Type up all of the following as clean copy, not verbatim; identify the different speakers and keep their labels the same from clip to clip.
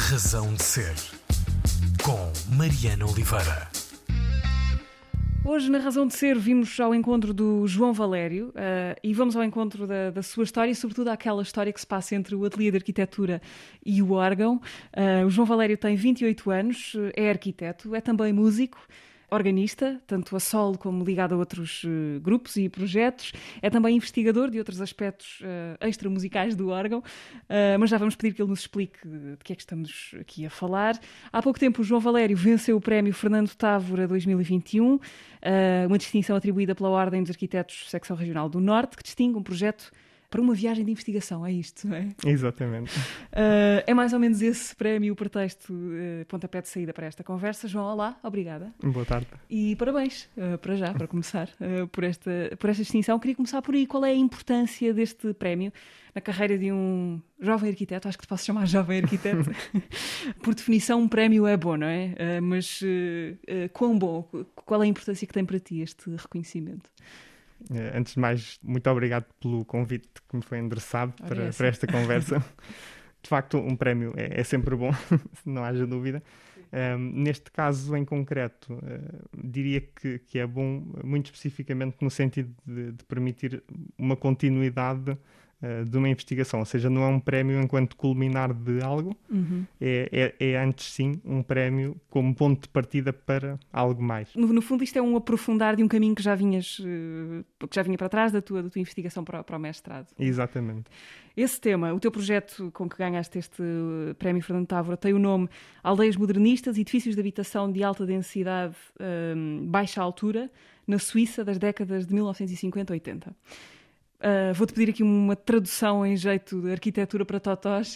Speaker 1: Razão de Ser, com Mariana Oliveira.
Speaker 2: Hoje, na Razão de Ser, vimos ao encontro do João Valério e vamos ao encontro da sua história e, sobretudo, àquela história que se passa entre o ateliê de arquitetura e o órgão. O João Valério tem 28 anos, é arquiteto, é também músico, organista, tanto a solo como ligado a outros grupos e projetos. É também investigador de outros aspectos extramusicais do órgão, mas já vamos pedir que ele nos explique de que é que estamos aqui a falar. Há pouco tempo o João Valério venceu o prémio Fernando Távora 2021, uma distinção atribuída pela Ordem dos Arquitetos Secção Regional do Norte, que distingue um projeto para uma viagem de investigação, é isto, não é?
Speaker 3: Exatamente.
Speaker 2: É mais ou menos esse prémio, o pretexto, pontapé de saída para esta conversa. João, olá, obrigada.
Speaker 3: Boa tarde.
Speaker 2: E parabéns, para começar, por esta distinção. Queria começar por aí. Qual é a importância deste prémio na carreira de um jovem arquiteto? Acho que te posso chamar jovem arquiteto. Por definição, um prémio é bom, não é? Mas quão bom? Qual é a importância que tem para ti este reconhecimento?
Speaker 3: Antes de mais, muito obrigado pelo convite que me foi endereçado para esta conversa. De facto, um prémio é sempre bom, não haja dúvida. Neste caso em concreto, diria que é bom, muito especificamente no sentido de permitir uma continuidade de uma investigação, ou seja, não é um prémio enquanto culminar de algo, é antes sim um prémio como ponto de partida para algo mais.
Speaker 2: No fundo isto é um aprofundar de um caminho que já vinha para trás da tua investigação para o mestrado.
Speaker 3: Exatamente.
Speaker 2: Esse tema, o teu projeto com que ganhaste este prémio Fernando Távora, tem o nome Aldeias Modernistas, Edifícios de Habitação de Alta Densidade, Baixa Altura, na Suíça das décadas de 1950 e 80. Vou-te pedir aqui uma tradução em jeito de arquitetura para totós.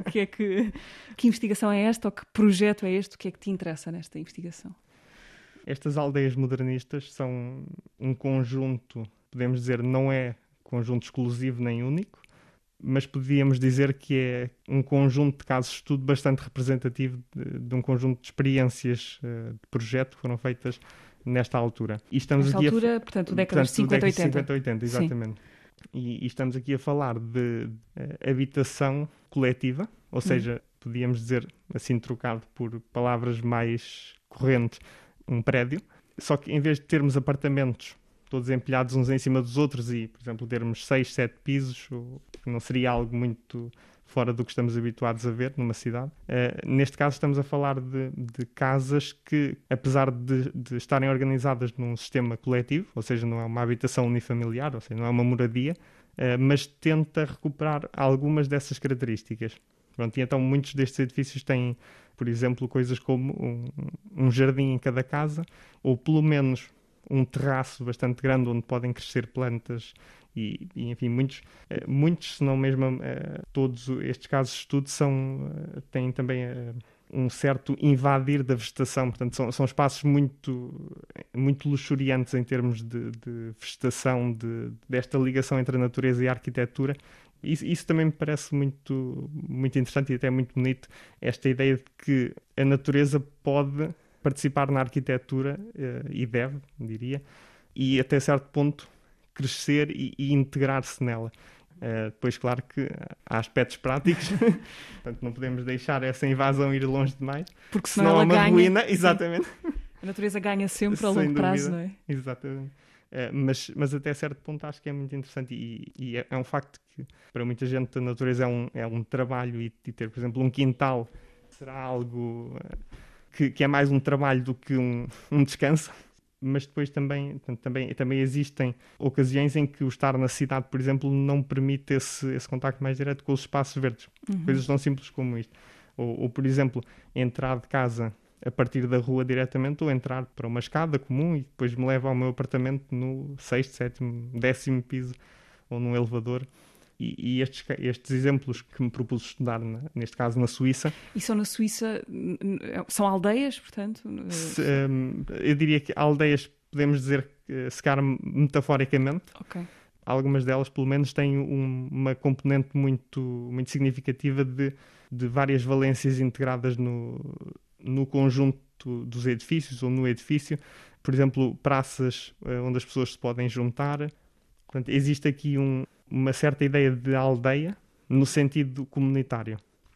Speaker 2: Que investigação é esta ou que projeto é este? O que é que te interessa nesta investigação?
Speaker 3: Estas aldeias modernistas são um conjunto, podemos dizer, não é conjunto exclusivo nem único, mas podíamos dizer que é um conjunto de casos de estudo bastante representativo de um conjunto de experiências de projeto que foram feitas nesta altura. E estamos
Speaker 2: nesta
Speaker 3: aqui
Speaker 2: altura, portanto, décadas de 50 e 80.
Speaker 3: 50-80, exatamente. Sim. E estamos aqui a falar de habitação coletiva, ou seja, podíamos dizer, assim trocado por palavras mais correntes, um prédio. Só que em vez de termos apartamentos todos empilhados uns em cima dos outros e, por exemplo, termos 6, 7 pisos, não seria algo muito fora do que estamos habituados a ver numa cidade. Neste caso estamos a falar de casas que, apesar de estarem organizadas num sistema coletivo, ou seja, não é uma habitação unifamiliar, ou seja, não é uma moradia, mas tenta recuperar algumas dessas características. Pronto, e então muitos destes edifícios têm, por exemplo, coisas como um jardim em cada casa, ou pelo menos um terraço bastante grande onde podem crescer plantas e enfim, muitos, se não mesmo todos estes casos de estudo têm também um certo invadir da vegetação, portanto são espaços muito luxuriantes em termos de vegetação, desta ligação entre a natureza e a arquitetura. Isso também me parece muito, muito interessante e até muito bonito, esta ideia de que a natureza pode participar na arquitetura e deve, diria, e até certo ponto crescer e integrar-se nela. Depois, claro que há aspectos práticos, portanto não podemos deixar essa invasão ir longe demais,
Speaker 2: porque senão ela
Speaker 3: é uma
Speaker 2: ganha,
Speaker 3: ruína. Exatamente.
Speaker 2: A natureza ganha sempre a longo prazo, não é?
Speaker 3: Exatamente. Mas até certo ponto acho que é muito interessante e é um facto que para muita gente a natureza é um trabalho e ter, por exemplo, um quintal será algo que é mais um trabalho do que um descanso. Mas depois também existem ocasiões em que o estar na cidade, por exemplo, não permite esse contacto mais direto com os espaços verdes. Coisas tão simples como isto. Ou, por exemplo, entrar de casa a partir da rua diretamente ou entrar para uma escada comum e depois me leva ao meu apartamento no 6º, 7º, 10º piso ou num elevador. E estes exemplos que me propus estudar, neste caso na Suíça...
Speaker 2: E são na Suíça, são aldeias, portanto?
Speaker 3: Eu diria que aldeias, podemos dizer, se calhar metaforicamente.
Speaker 2: Ok.
Speaker 3: Algumas delas, pelo menos, têm uma componente muito, muito significativa de várias valências integradas no conjunto dos edifícios ou no edifício. Por exemplo, praças onde as pessoas se podem juntar. Portanto, existe aqui uma certa ideia de aldeia no sentido comunitário.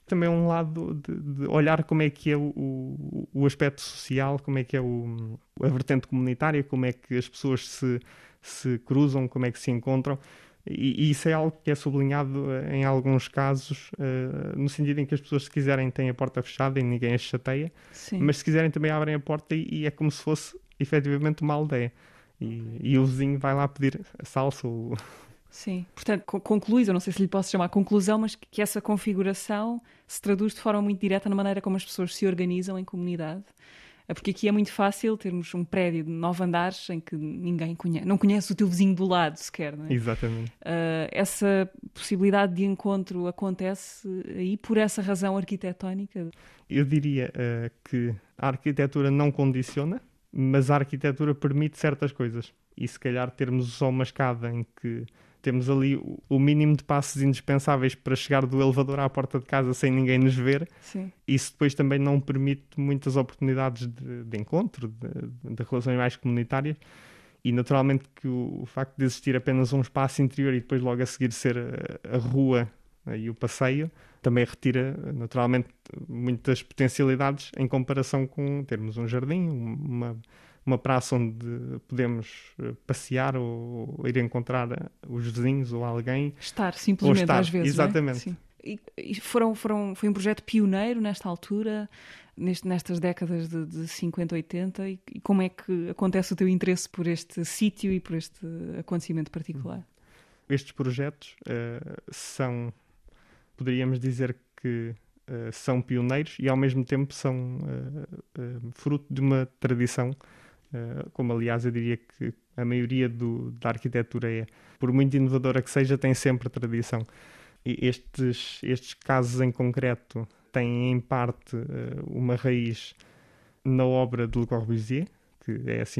Speaker 3: também um lado de olhar como é que é o aspecto social, como é que é a vertente comunitária, como é que as pessoas se cruzam, como é que se encontram. E isso é algo que é sublinhado em alguns casos, no sentido em que as pessoas, se quiserem, têm a porta fechada e ninguém as chateia,
Speaker 2: Sim.
Speaker 3: mas se quiserem também abrem a porta e é como se fosse efetivamente uma aldeia. E o vizinho vai lá pedir salsa ou...
Speaker 2: Sim. Portanto, concluís, eu não sei se lhe posso chamar conclusão, mas que essa configuração se traduz de forma muito direta na maneira como as pessoas se organizam em comunidade. Porque aqui é muito fácil termos um prédio de 9 andares em que ninguém conhece, não conhece o teu vizinho do lado sequer, não é?
Speaker 3: Exatamente.
Speaker 2: Essa possibilidade de encontro acontece aí por essa razão arquitetónica?
Speaker 3: Eu diria que a arquitetura não condiciona, mas a arquitetura permite certas coisas. E se calhar termos só uma escada em que temos ali o mínimo de passos indispensáveis para chegar do elevador à porta de casa sem ninguém nos ver.
Speaker 2: Sim.
Speaker 3: Isso depois também não permite muitas oportunidades de encontro, de relações mais comunitárias. E naturalmente que o facto de existir apenas um espaço interior e depois logo a seguir ser a rua e o passeio, também retira naturalmente muitas potencialidades em comparação com termos um jardim, uma praça onde podemos passear ou ir encontrar os vizinhos ou alguém.
Speaker 2: Estar, simplesmente, às vezes.
Speaker 3: Exatamente.
Speaker 2: Não é? E foi um projeto pioneiro nesta altura, nestas décadas de 50, 80, e como é que acontece o teu interesse por este sítio e por este acontecimento particular?
Speaker 3: Estes projetos poderíamos dizer que são pioneiros e ao mesmo tempo são fruto de uma tradição, como aliás eu diria que a maioria da arquitetura é, por muito inovadora que seja, tem sempre tradição. E estes casos em concreto têm em parte uma raiz na obra de Le Corbusier, que é assim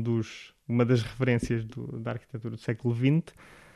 Speaker 3: uma das referências da arquitetura do século XX,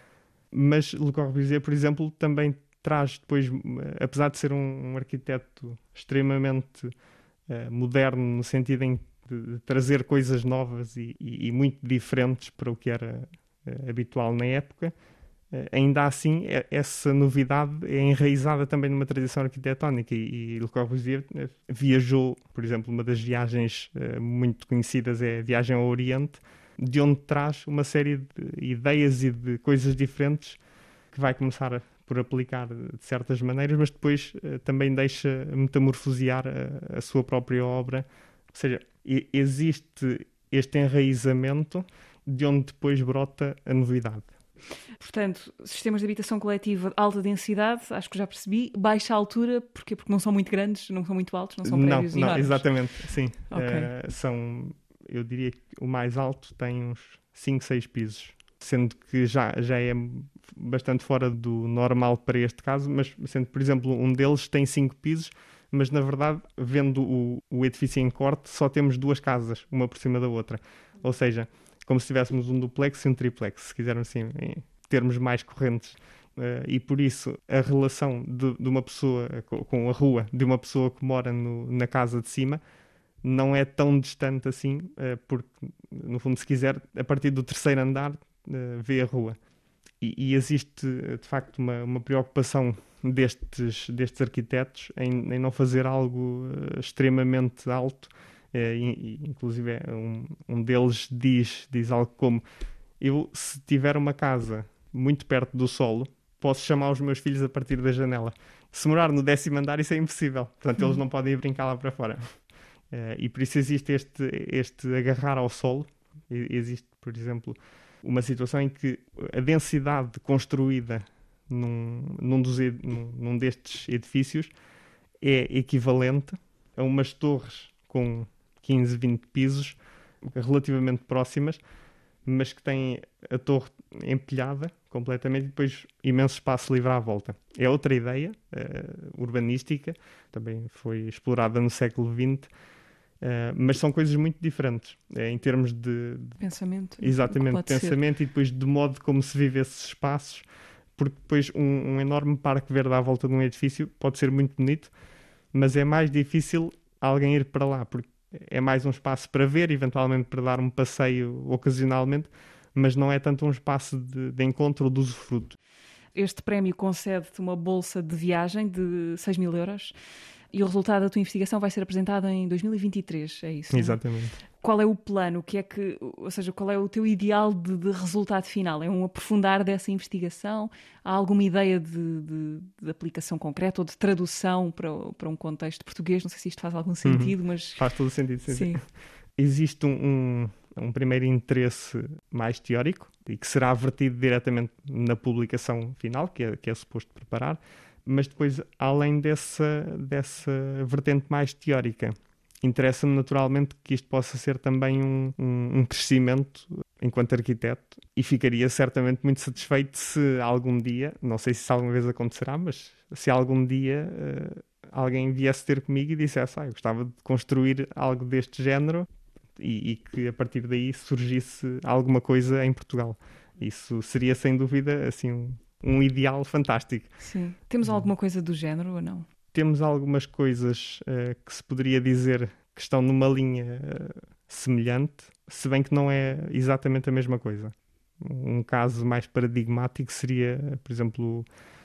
Speaker 3: mas Le Corbusier, por exemplo, também traz depois, apesar de ser um arquiteto extremamente moderno, no sentido de trazer coisas novas e muito diferentes para o que era habitual na época, ainda assim essa novidade é enraizada também numa tradição arquitetónica e Le Corbusier viajou, por exemplo, uma das viagens muito conhecidas é a viagem ao Oriente, de onde traz uma série de ideias e de coisas diferentes que vai começar por aplicar de certas maneiras, mas depois também deixa metamorfosear a sua própria obra. Ou seja, existe este enraizamento de onde depois brota a novidade.
Speaker 2: Portanto, sistemas de habitação coletiva de alta densidade, acho que já percebi. Baixa altura, porquê? Porque não são muito grandes, não são muito altos, não são prédios enormes.
Speaker 3: Não, exatamente, sim.
Speaker 2: Okay.
Speaker 3: Eu diria que o mais alto tem uns 5, 6 pisos. Sendo que já é bastante fora do normal para este caso, mas sendo, por exemplo, um deles tem 5 pisos, mas na verdade, vendo o edifício em corte, só temos 2 casas, uma por cima da outra. Ou seja, como se tivéssemos um duplex e um triplex, se quisermos assim, em termos mais correntes. E por isso, a relação de uma pessoa com a rua, de uma pessoa que mora na casa de cima, não é tão distante assim, porque, no fundo, se quiser, a partir do 3º andar, vê a rua. E existe, de facto, uma preocupação destes arquitetos em não fazer algo extremamente alto. Inclusive, um deles diz algo como: eu, se tiver uma casa muito perto do solo, posso chamar os meus filhos a partir da janela. Se morar no 10º andar, isso é impossível. Portanto, eles não podem ir brincar lá para fora. E por isso existe este agarrar ao solo. Existe, por exemplo, uma situação em que a densidade construída num destes edifícios é equivalente a umas torres com 15, 20 pisos relativamente próximas, mas que têm a torre empilhada completamente e depois imenso espaço livre à volta. É outra ideia urbanística, também foi explorada no século XX, mas são coisas muito diferentes em termos de
Speaker 2: pensamento.
Speaker 3: Exatamente, pensamento e depois de modo como se vive esses espaços, porque depois um enorme parque verde à volta de um edifício pode ser muito bonito, mas é mais difícil alguém ir para lá, porque é mais um espaço para ver, eventualmente para dar um passeio ocasionalmente, mas não é tanto um espaço de encontro ou de usufruto.
Speaker 2: Este prémio concede-te uma bolsa de viagem de 6.000 euros e o resultado da tua investigação vai ser apresentado em 2023, é isso?
Speaker 3: Exatamente.
Speaker 2: Não é? Qual é o plano? Ou seja, qual é o teu ideal de resultado final? É um aprofundar dessa investigação? Há alguma ideia de aplicação concreta ou de tradução para um contexto português? Não sei se isto faz algum sentido, mas...
Speaker 3: Faz todo o sentido,
Speaker 2: sim.
Speaker 3: Existe um primeiro interesse mais teórico e que será vertido diretamente na publicação final, que é suposto preparar, mas depois, além dessa vertente mais teórica, interessa-me naturalmente que isto possa ser também um crescimento enquanto arquiteto e ficaria certamente muito satisfeito se algum dia, não sei se isso alguma vez acontecerá, mas se algum dia alguém viesse ter comigo e dissesse eu gostava de construir algo deste género e que a partir daí surgisse alguma coisa em Portugal. Isso seria sem dúvida assim um ideal fantástico.
Speaker 2: Sim. Temos alguma coisa do género ou não?
Speaker 3: Temos algumas coisas que se poderia dizer que estão numa linha semelhante, se bem que não é exatamente a mesma coisa. Um caso mais paradigmático seria, por exemplo,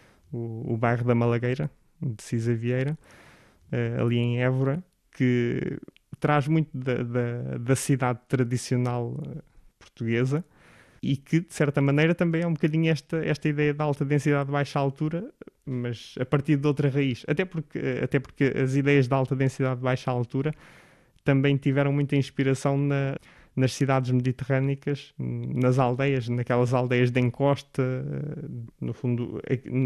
Speaker 3: o bairro da Malagueira, de Cisa Vieira, ali em Évora, que traz muito da cidade tradicional portuguesa, e que, de certa maneira, também é um bocadinho esta ideia de alta densidade, baixa altura, mas a partir de outra raiz. Até porque as ideias de alta densidade, baixa altura também tiveram muita inspiração nas cidades mediterrânicas, nas aldeias, naquelas aldeias de encosta, no fundo,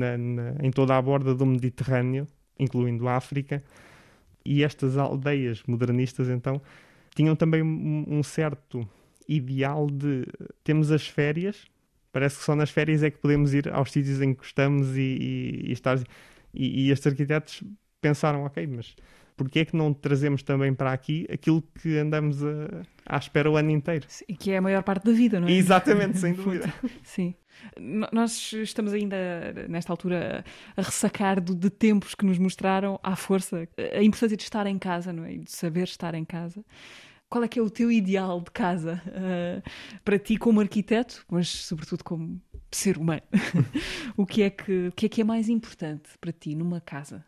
Speaker 3: em toda a borda do Mediterrâneo, incluindo a África. E estas aldeias modernistas, então, tinham também um certo ideal de temos as férias, parece que só nas férias é que podemos ir aos sítios em que gostamos e estar. E estes arquitetos pensaram, ok, mas porquê é que não trazemos também para aqui aquilo que andamos à espera o ano inteiro?
Speaker 2: E que é a maior parte da vida, não é?
Speaker 3: Exatamente, sem dúvida.
Speaker 2: Sim. Nós estamos ainda, nesta altura, a ressacar de tempos que nos mostraram à força a importância de estar em casa, não é? E de saber estar em casa. Qual é que é o teu ideal de casa para ti como arquiteto, mas sobretudo como ser humano? O que é que é mais importante para ti numa casa?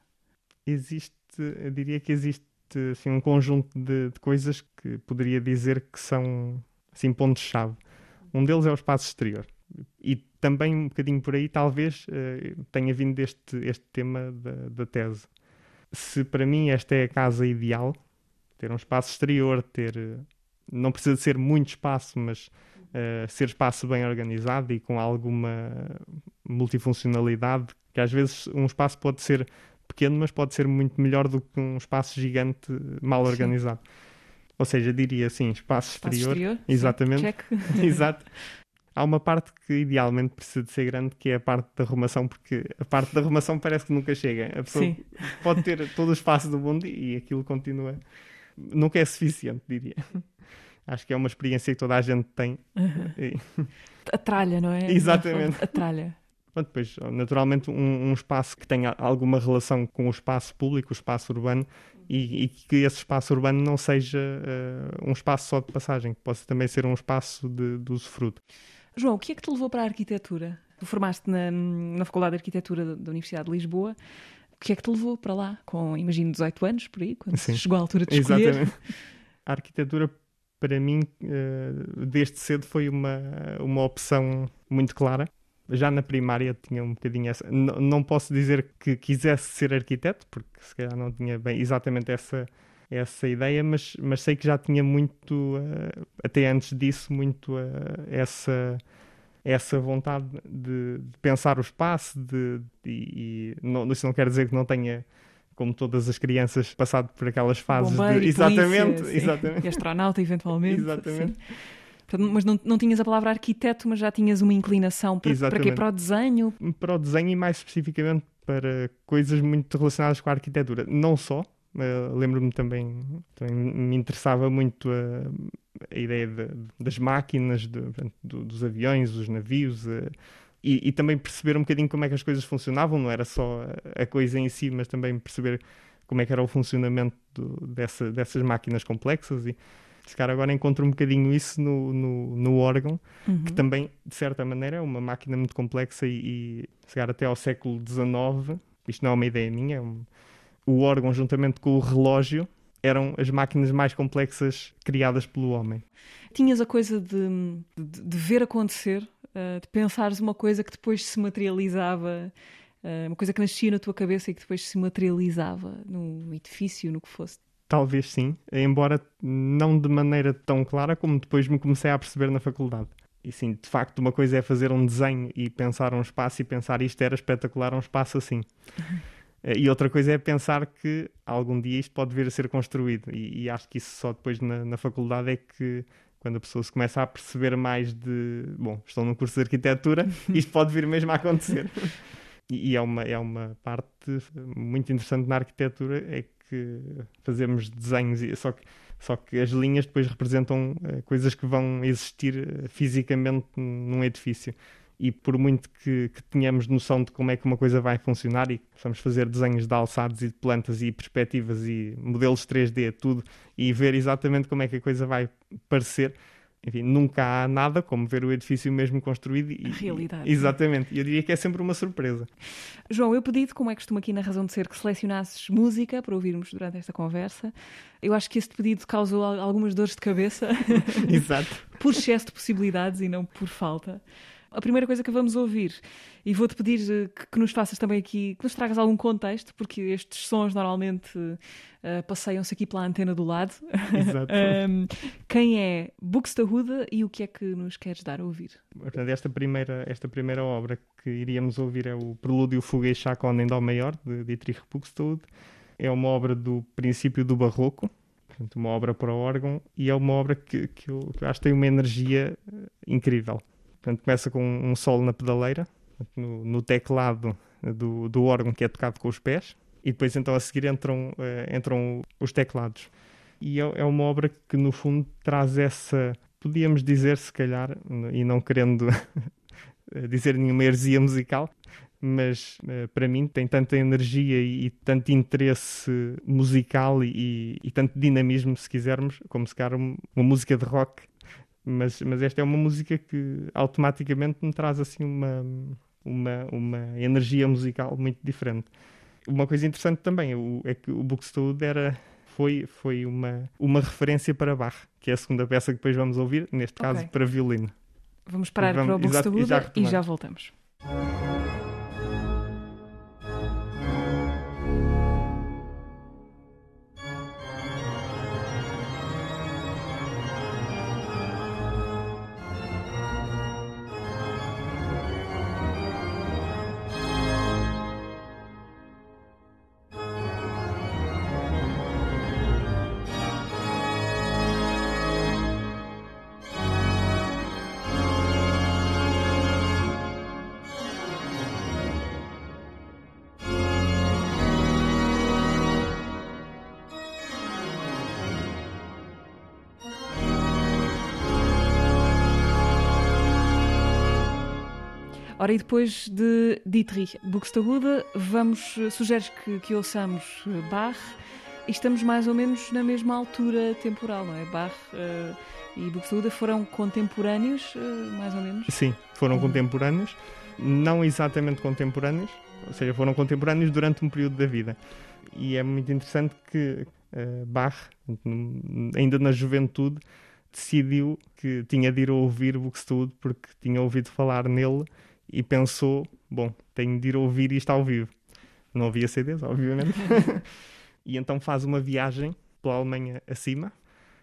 Speaker 3: Eu diria que existe assim, um conjunto de coisas que poderia dizer que são assim, pontos-chave. Um deles é o espaço exterior. E também um bocadinho por aí, talvez, tenha vindo este tema da tese. Se para mim esta é a casa ideal, ter um espaço exterior, não precisa de ser muito espaço, mas ser espaço bem organizado e com alguma multifuncionalidade, que às vezes um espaço pode ser pequeno, mas pode ser muito melhor do que um espaço gigante mal organizado. Ou seja, diria assim, espaço exterior. Exatamente.
Speaker 2: Check.
Speaker 3: Exato. Há uma parte que idealmente precisa de ser grande, que é a parte da arrumação, porque a parte da arrumação parece que nunca chega. A pessoa pode ter todo o espaço do mundo e aquilo continua. Nunca é suficiente, diria. Acho que é uma experiência que toda a gente tem.
Speaker 2: A tralha, não é?
Speaker 3: Exatamente.
Speaker 2: A tralha.
Speaker 3: Depois, naturalmente, um espaço que tenha alguma relação com o espaço público, o espaço urbano, e que esse espaço urbano não seja um espaço só de passagem, que possa também ser um espaço de usufruto.
Speaker 2: João, o que é que te levou para a arquitetura? Tu formaste na Faculdade de Arquitetura da Universidade de Lisboa. O que é que te levou para lá? Com, imagino, 18 anos, por aí, quando chegou a altura de escolher.
Speaker 3: Exatamente. A arquitetura, para mim, desde cedo foi uma opção muito clara. Já na primária tinha um bocadinho essa... Não posso dizer que quisesse ser arquiteto, porque se calhar não tinha bem exatamente essa ideia, mas sei que já tinha muito, até antes disso, muito essa vontade de pensar o espaço, isso não quer dizer que não tenha, como todas as crianças, passado por aquelas fases
Speaker 2: bombeiro,
Speaker 3: de...
Speaker 2: Exatamente.
Speaker 3: Exatamente.
Speaker 2: E astronauta, eventualmente.
Speaker 3: Exatamente.
Speaker 2: Sim. Mas não tinhas a palavra arquiteto, mas já tinhas uma inclinação para quê? Para o desenho?
Speaker 3: Para o desenho e mais especificamente para coisas muito relacionadas com a arquitetura. Não só. Lembro-me também me interessava muito a ideia das máquinas, dos aviões, dos navios, e também perceber um bocadinho como é que as coisas funcionavam. Não era só a coisa em si, mas também perceber como é que era o funcionamento dessas máquinas complexas. Se calhar agora encontro um bocadinho isso no órgão, que também, de certa maneira, é uma máquina muito complexa e se calhar até ao século XIX, isto não é uma ideia minha, o órgão, juntamente com o relógio, eram as máquinas mais complexas criadas pelo homem.
Speaker 2: Tinhas a coisa de ver acontecer, de pensares uma coisa que depois se materializava, uma coisa que nascia na tua cabeça e que depois se materializava num edifício, no que fosse.
Speaker 3: Talvez sim, embora não de maneira tão clara como depois me comecei a perceber na faculdade. E sim, de facto, uma coisa é fazer um desenho e pensar um espaço e pensar isto era espetacular, um espaço assim. E outra coisa é pensar que algum dia isto pode vir a ser construído. E acho que isso só depois na faculdade é que, quando a pessoa se começa a perceber mais de... Bom, estou num curso de arquitetura, isto pode vir mesmo a acontecer. E é uma parte muito interessante na arquitetura, é que fazemos desenhos, só que as linhas depois representam coisas que vão existir fisicamente num edifício. E por muito que tenhamos noção de como é que uma coisa vai funcionar e vamos fazer desenhos de alçados e de plantas e perspectivas e modelos 3D, tudo, e ver exatamente como é que a coisa vai parecer, enfim, nunca há nada como ver o edifício mesmo construído.
Speaker 2: A realidade.
Speaker 3: Exatamente. E eu diria que é sempre uma surpresa.
Speaker 2: João, eu pedi-te, como é costume aqui na Razão de Ser, que selecionasses música para ouvirmos durante esta conversa. Eu acho que este pedido causou algumas dores de cabeça.
Speaker 3: Exato.
Speaker 2: Por excesso de possibilidades e não por falta. A primeira coisa que vamos ouvir, e vou-te pedir que nos faças também aqui, que nos tragas algum contexto, porque estes sons normalmente passeiam-se aqui pela antena do lado.
Speaker 3: Exato.
Speaker 2: Quem é Buxtehude e o que é que nos queres dar a ouvir?
Speaker 3: Portanto, esta primeira obra que iríamos ouvir é o Prelúdio, Fuga e Chaconne em Dó maior, de Dietrich Buxtehude. É uma obra do princípio do Barroco, portanto, uma obra para órgão, e é uma obra que eu acho que tem uma energia incrível. Portanto, começa com um solo na pedaleira, no teclado do órgão, que é tocado com os pés, e depois então a seguir entram os teclados. E é uma obra que no fundo traz essa, podíamos dizer se calhar, e não querendo dizer nenhuma heresia musical, mas para mim tem tanta energia e tanto interesse musical e tanto dinamismo, se quisermos, como se calhar uma música de rock. Mas esta é uma música que automaticamente me traz assim uma energia musical muito diferente. Uma coisa interessante também é que o Buxtehude foi uma referência para Bach, que é a segunda peça que depois vamos ouvir, neste caso para violino.
Speaker 2: Vamos parar para o Buxtehude e já voltamos. Ora, e depois de Dietrich Buxtehude, sugeres que ouçamos Bach e estamos mais ou menos na mesma altura temporal, não é? Bach e Buxtehude foram contemporâneos, mais ou menos?
Speaker 3: Sim, foram contemporâneos, não exatamente contemporâneos, ou seja, foram contemporâneos durante um período da vida. E é muito interessante que Bach, ainda na juventude, decidiu que tinha de ir ouvir Buxtehude porque tinha ouvido falar nele e pensou, bom, tenho de ir ouvir isto ao vivo. Não havia CDs, obviamente. E então faz uma viagem pela Alemanha acima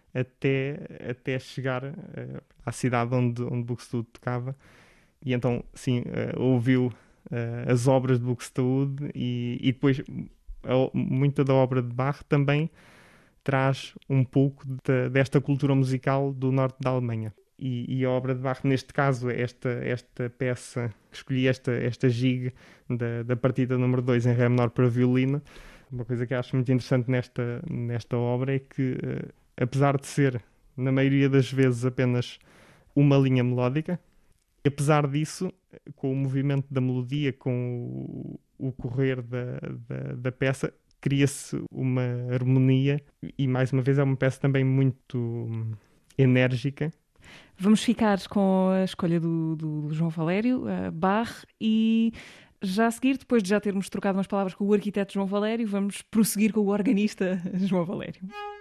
Speaker 3: até chegar à cidade onde Buxtehude tocava. E então, sim, ouviu as obras de Buxtehude e depois muita da obra de Bach também traz um pouco desta cultura musical do norte da Alemanha. E a obra de Bach, neste caso, esta peça, escolhi esta gigue da partida número 2 em Ré menor para violino. Uma coisa que acho muito interessante nesta obra é que, apesar de ser, na maioria das vezes, apenas uma linha melódica, apesar disso, com o movimento da melodia, com o correr da peça, cria-se uma harmonia e, mais uma vez, é uma peça também muito enérgica.
Speaker 2: Vamos ficar com a escolha do João Valério, Bach, e já a seguir, depois de já termos trocado umas palavras com o arquiteto João Valério, vamos prosseguir com o organista João Valério.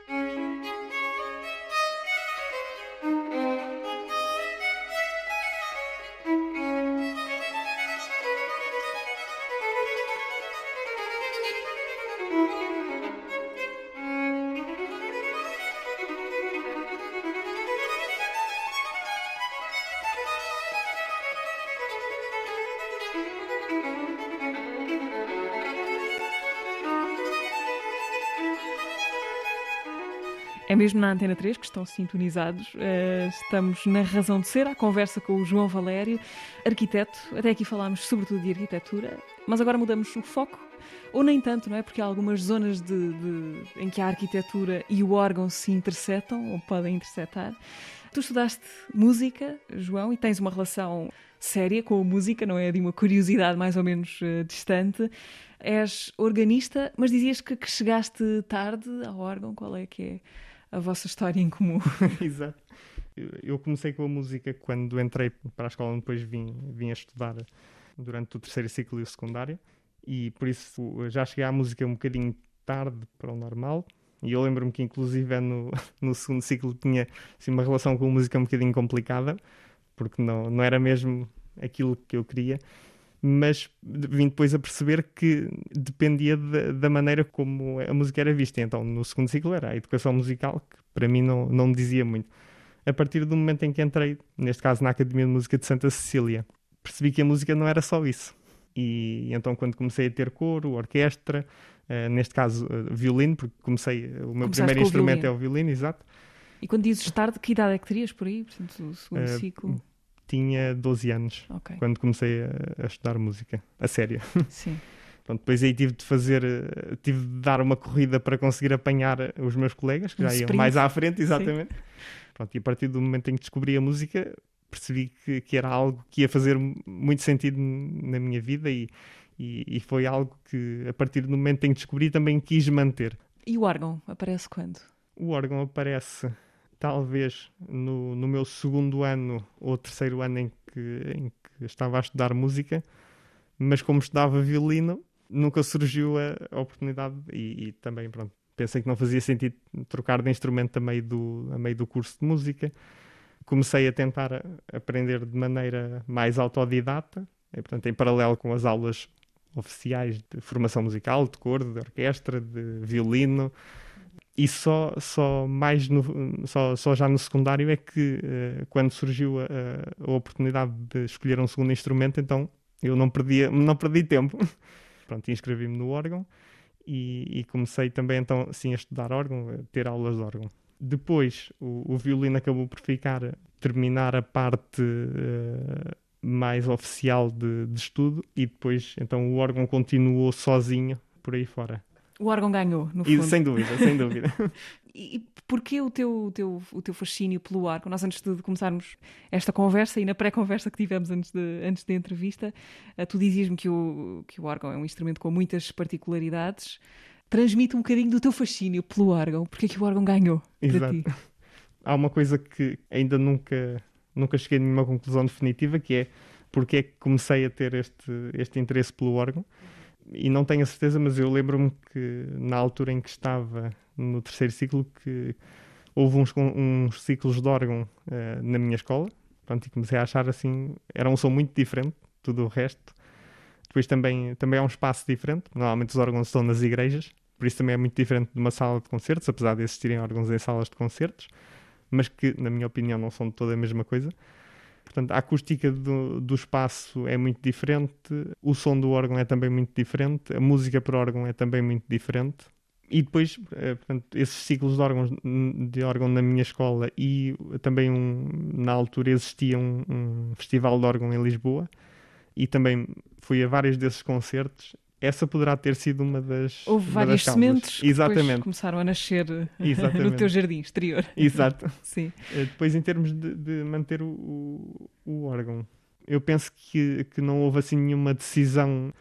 Speaker 2: É mesmo na Antena 3 que estão sintonizados. Estamos na Razão de Ser, à conversa com o João Valério, arquiteto. Até aqui falámos sobretudo de arquitetura, mas agora mudamos o foco. Ou nem tanto, não é? Porque há algumas zonas em que a arquitetura e o órgão se intersetam, ou podem intersetar. Tu estudaste música, João, e tens uma relação séria com a música, não é de uma curiosidade mais ou menos distante. És organista, mas dizias que chegaste tarde ao órgão. Qual é que é a vossa história em comum?
Speaker 3: Exato. Eu comecei com a música quando entrei para a escola, depois vim a estudar durante o terceiro ciclo e o secundário, e por isso já cheguei à música um bocadinho tarde para o normal, e eu lembro-me que inclusive no segundo ciclo tinha assim, uma relação com a música um bocadinho complicada, porque não era mesmo aquilo que eu queria, mas vim depois a perceber que dependia da maneira como a música era vista. Então, no segundo ciclo era a educação musical, que para mim não me dizia muito. A partir do momento em que entrei, neste caso na Academia de Música de Santa Cecília, percebi que a música não era só isso. E então, quando comecei a ter coro, orquestra, neste caso violino, porque o meu primeiro instrumento é o violino, exato.
Speaker 2: E quando dizes tarde, que idade é que terias por aí? Portanto, o segundo ciclo?
Speaker 3: Tinha 12 anos,
Speaker 2: okay,
Speaker 3: quando comecei a estudar música, a sério.
Speaker 2: Sim.
Speaker 3: Pronto, depois aí tive de dar uma corrida para conseguir apanhar os meus colegas, que já iam mais à frente, exatamente. Pronto, e a partir do momento em que descobri a música, percebi que era algo que ia fazer muito sentido na minha vida e foi algo que, a partir do momento em que descobri, também quis manter.
Speaker 2: E o órgão aparece quando?
Speaker 3: O órgão aparece talvez no meu segundo ano ou terceiro ano em que estava a estudar música, mas como estudava violino, nunca surgiu a oportunidade e também, pronto, pensei que não fazia sentido trocar de instrumento a meio do curso de música. Comecei a tentar aprender de maneira mais autodidata, e, portanto, em paralelo com as aulas oficiais de formação musical, de coro, de orquestra, de violino. E só já no secundário é que, quando surgiu a oportunidade de escolher um segundo instrumento, então eu não perdi tempo. Pronto, inscrevi-me no órgão e comecei também, então, sim, a estudar órgão, a ter aulas de órgão. Depois, o violino acabou por terminar a parte mais oficial de estudo e depois, então, o órgão continuou sozinho por aí fora.
Speaker 2: O órgão ganhou, no fundo.
Speaker 3: Sem dúvida, sem dúvida.
Speaker 2: E porquê o teu fascínio pelo órgão? Nós, antes de começarmos esta conversa e na pré-conversa que tivemos antes da entrevista, tu dizias-me que o órgão é um instrumento com muitas particularidades. Transmite um bocadinho do teu fascínio pelo órgão. Porquê que o órgão ganhou para ti?
Speaker 3: Há uma coisa que ainda nunca cheguei a nenhuma conclusão definitiva, que é porque é que comecei a ter este interesse pelo órgão. E não tenho a certeza, mas eu lembro-me que na altura em que estava no terceiro ciclo, que houve uns ciclos de órgão na minha escola. Pronto, e comecei a achar assim, era um som muito diferente de tudo o resto. Depois também é um espaço diferente. Normalmente os órgãos estão nas igrejas, por isso também é muito diferente de uma sala de concertos, apesar de existirem órgãos em salas de concertos, mas que, na minha opinião, não são de toda a mesma coisa. Portanto, a acústica do espaço é muito diferente, o som do órgão é também muito diferente, a música para órgão é também muito diferente. E depois, portanto, esses ciclos de órgão na minha escola e também na altura existia um festival de órgão em Lisboa e também fui a vários desses concertos. Essa poderá ter sido uma das
Speaker 2: Houve várias sementes que depois começaram a nascer no teu jardim exterior.
Speaker 3: Exato.
Speaker 2: Sim.
Speaker 3: Depois, em termos de manter o órgão, eu penso que não houve assim nenhuma decisão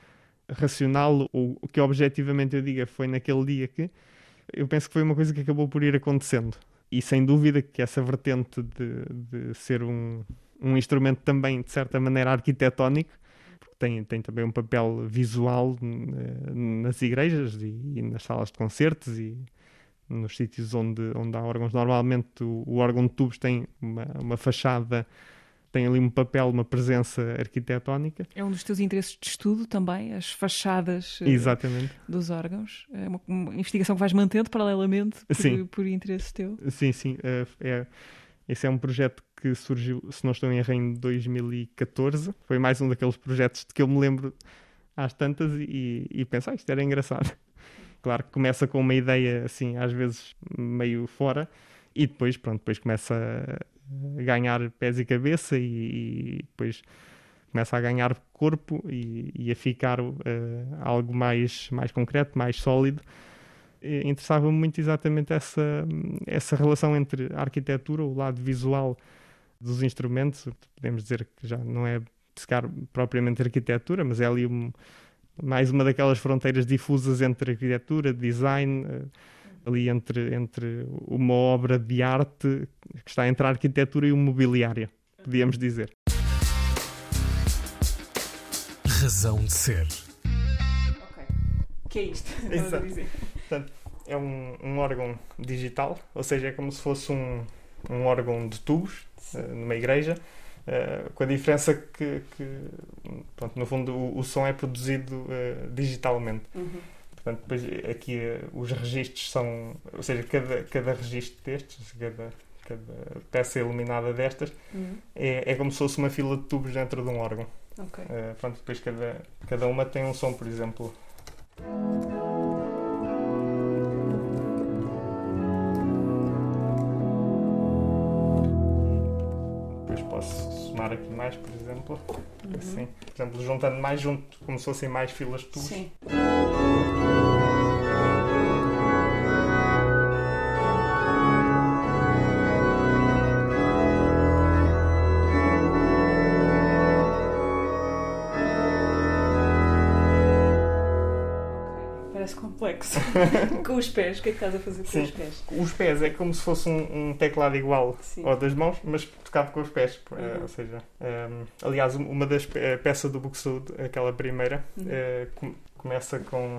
Speaker 3: racional, ou o que objetivamente eu diga foi naquele dia que eu penso que foi uma coisa que acabou por ir acontecendo. E sem dúvida que essa vertente de ser um instrumento também, de certa maneira, arquitetónico, porque tem também um papel visual nas igrejas e nas salas de concertos e nos sítios onde há órgãos. Normalmente o órgão de tubos tem uma fachada, tem ali um papel, uma presença arquitetónica.
Speaker 2: É um dos teus interesses de estudo também, as fachadas
Speaker 3: Exatamente.
Speaker 2: dos órgãos. É uma investigação que vais mantendo paralelamente por interesse teu.
Speaker 3: Sim. Esse é um projeto que surgiu, se não estou em erro, em 2014. Foi mais um daqueles projetos de que eu me lembro às tantas e penso, isto era engraçado. Claro que começa com uma ideia, assim, às vezes meio fora, e depois começa a ganhar pés e cabeça e depois começa a ganhar corpo e a ficar algo mais concreto, mais sólido. Interessava-me muito exatamente essa relação entre a arquitetura, o lado visual dos instrumentos. Podemos dizer que já não é sequer propriamente arquitetura, mas é ali mais uma daquelas fronteiras difusas entre arquitetura, design, ali entre uma obra de arte que está entre a arquitetura e o mobiliário, podíamos dizer.
Speaker 1: Razão de ser.
Speaker 2: Ok. O que é isto?
Speaker 3: Exato. Portanto, é um órgão digital, ou seja, é como se fosse um órgão de tubos numa igreja, com a diferença que pronto, no fundo o som é produzido digitalmente. Portanto, depois aqui os registros são, ou seja, cada registro destes, cada peça iluminada destas, é como se fosse uma fila de tubos dentro de um órgão.
Speaker 2: Ok.
Speaker 3: Pronto, depois cada uma tem um som, por exemplo. Depois posso somar aqui mais, por exemplo. Assim. Por exemplo, juntando mais, como se fossem mais filas de tubos.
Speaker 2: Sim. Parece complexo. Com os pés, o que é que estás a fazer com os pés?
Speaker 3: Os pés é como se fosse um teclado igual ao das mãos, mas tocado com os pés. Ou seja, aliás, uma das peças do Buxtehude, aquela primeira, começa com...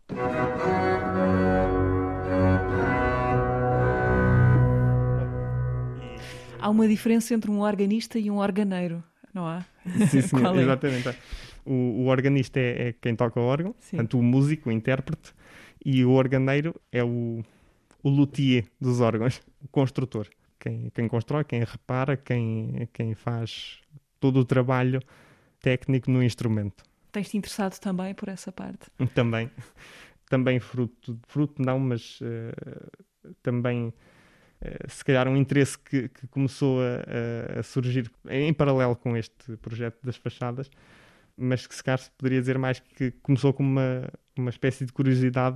Speaker 2: Há uma diferença entre um organista e um organeiro, não há?
Speaker 3: Sim,
Speaker 2: Qual é?
Speaker 3: exatamente. O organista é quem toca o órgão,
Speaker 2: Sim.
Speaker 3: portanto o músico, o intérprete, e o organeiro é o luthier dos órgãos, o construtor, quem constrói, quem repara, quem faz todo o trabalho técnico no instrumento.
Speaker 2: Tens-te interessado também por essa parte?
Speaker 3: Também fruto não, mas também se calhar um interesse que começou a surgir em paralelo com este projeto das fachadas, mas que se calhar se poderia dizer mais que começou com uma espécie de curiosidade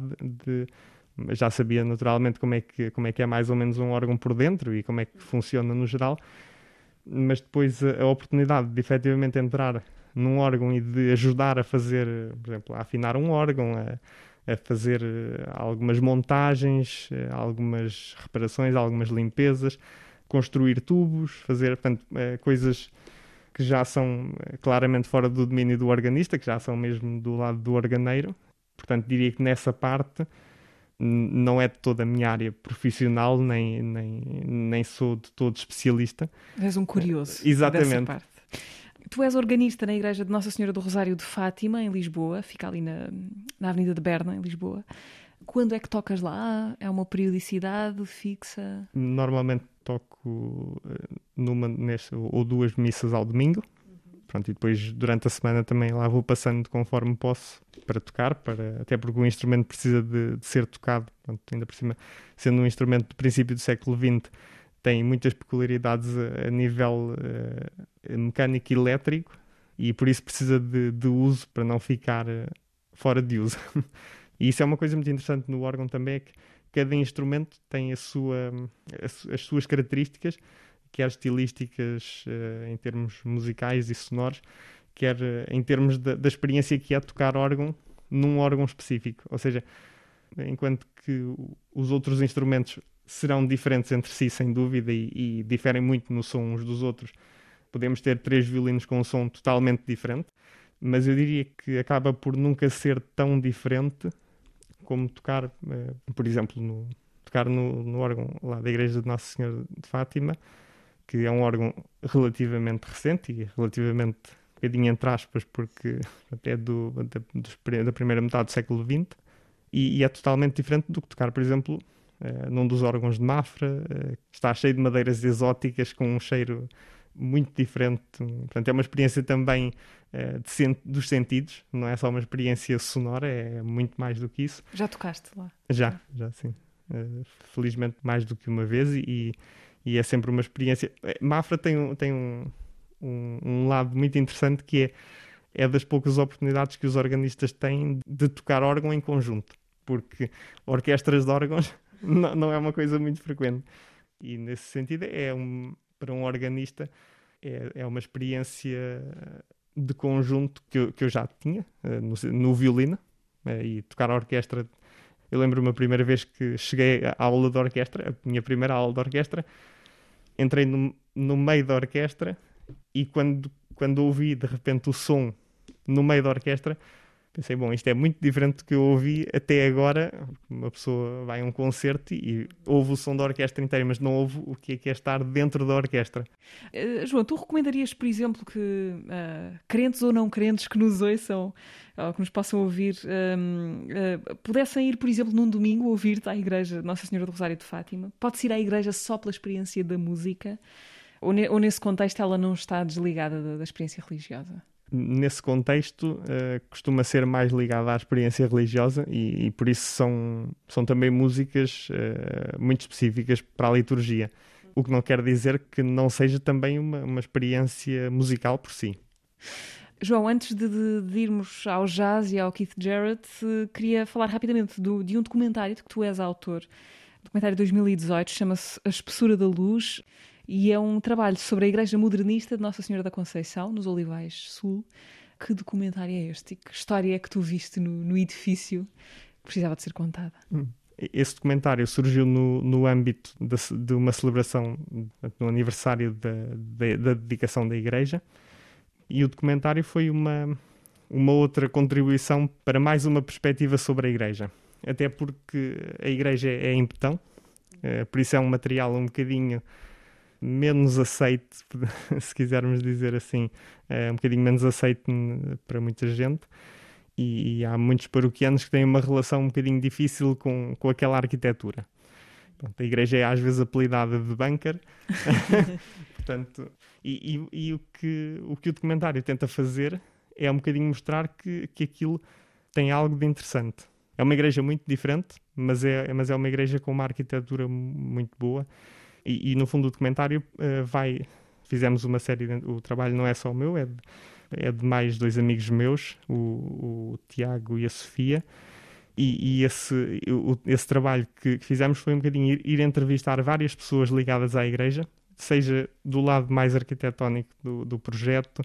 Speaker 3: já sabia naturalmente como é que é mais ou menos um órgão por dentro e como é que funciona no geral, mas depois a oportunidade de efetivamente entrar num órgão e de ajudar a fazer, por exemplo, a afinar um órgão, a fazer algumas montagens, algumas reparações, algumas limpezas, construir tubos, fazer, portanto, coisas que já são claramente fora do domínio do organista, que já são mesmo do lado do organeiro. Portanto, diria que nessa parte não é de toda a minha área profissional, nem sou de todo especialista.
Speaker 2: És um curioso.
Speaker 3: Exatamente.
Speaker 2: Dessa parte. Tu és organista na Igreja de Nossa Senhora do Rosário de Fátima, em Lisboa, fica ali na Avenida de Berna, em Lisboa. Quando é que tocas lá? É uma periodicidade fixa?
Speaker 3: Normalmente toco ou duas missas ao domingo. Pronto, e depois durante a semana também lá vou passando conforme posso para tocar, até porque o instrumento precisa de ser tocado. Pronto, ainda por cima, sendo um instrumento do princípio do século XX, tem muitas peculiaridades a nível mecânico e elétrico e por isso precisa de uso para não ficar fora de uso. E isso é uma coisa muito interessante no órgão também, é que cada instrumento tem as suas características, quer estilísticas em termos musicais e sonoros, quer em termos da experiência que é tocar órgão num órgão específico. Ou seja, enquanto que os outros instrumentos serão diferentes entre si, sem dúvida, e diferem muito no som uns dos outros, podemos ter 3 violinos com um som totalmente diferente, mas eu diria que acaba por nunca ser tão diferente como tocar, por exemplo, tocar no órgão lá da Igreja de Nossa Senhora de Fátima, que é um órgão relativamente recente e relativamente, um bocadinho entre aspas, porque é da primeira metade do século XX, e é totalmente diferente do que tocar, por exemplo, num dos órgãos de Mafra, está cheio de madeiras exóticas com um cheiro muito diferente. Portanto, é uma experiência também dos sentidos, não é só uma experiência sonora, é muito mais do que isso.
Speaker 2: Já tocaste lá?
Speaker 3: Já sim. Felizmente mais do que uma vez, e é sempre uma experiência. Mafra tem um lado muito interessante, que é das poucas oportunidades que os organistas têm de tocar órgão em conjunto, porque orquestras de órgãos não é uma coisa muito frequente, e nesse sentido para um organista é uma experiência de conjunto que eu já tinha no violino, e tocar a orquestra. Eu lembro-me a primeira vez que cheguei à aula de orquestra, a minha primeira aula de orquestra, entrei no meio da orquestra, e quando ouvi de repente o som no meio da orquestra, pensei, bom, isto é muito diferente do que eu ouvi até agora. Uma pessoa vai a um concerto e ouve o som da orquestra inteira, mas não ouve o que é estar dentro da orquestra.
Speaker 2: João, tu recomendarias, por exemplo, que crentes ou não crentes que nos ouçam, ou que nos possam ouvir, pudessem ir, por exemplo, num domingo ouvir-te à Igreja Nossa Senhora do Rosário de Fátima? Pode-se ir à igreja só pela experiência da música? Ou nesse contexto ela não está desligada da experiência religiosa?
Speaker 3: Nesse contexto, costuma ser mais ligada à experiência religiosa, e por isso são também músicas muito específicas para a liturgia. O que não quer dizer que não seja também uma experiência musical por si.
Speaker 2: João, antes de irmos ao jazz e ao Keith Jarrett, queria falar rapidamente de um documentário de que tu és autor. Documentário de 2018, chama-se A Espessura da Luz, e é um trabalho sobre a Igreja Modernista de Nossa Senhora da Conceição, nos Olivais Sul. Que documentário é este? E que história é que tu viste no edifício que precisava de ser contada?
Speaker 3: Esse documentário surgiu no âmbito de uma celebração, no aniversário da dedicação da Igreja, e o documentário foi uma outra contribuição para mais uma perspectiva sobre a Igreja. Até porque a Igreja é em betão, por isso é um material um bocadinho menos aceite, se quisermos dizer assim, um bocadinho menos aceite para muita gente, e há muitos paroquianos que têm uma relação um bocadinho difícil com aquela arquitetura. Pronto, a igreja é às vezes apelidada de bunker. Portanto, e o que o documentário tenta fazer é um bocadinho mostrar que aquilo tem algo de interessante. É uma igreja muito diferente, mas é uma igreja com uma arquitetura muito boa. E no fundo o documentário fizemos uma série, o trabalho não é só o meu, é de mais 2 amigos meus, o Tiago e a Sofia, e esse trabalho que fizemos foi um bocadinho ir entrevistar várias pessoas ligadas à igreja, seja do lado mais arquitetónico do projeto,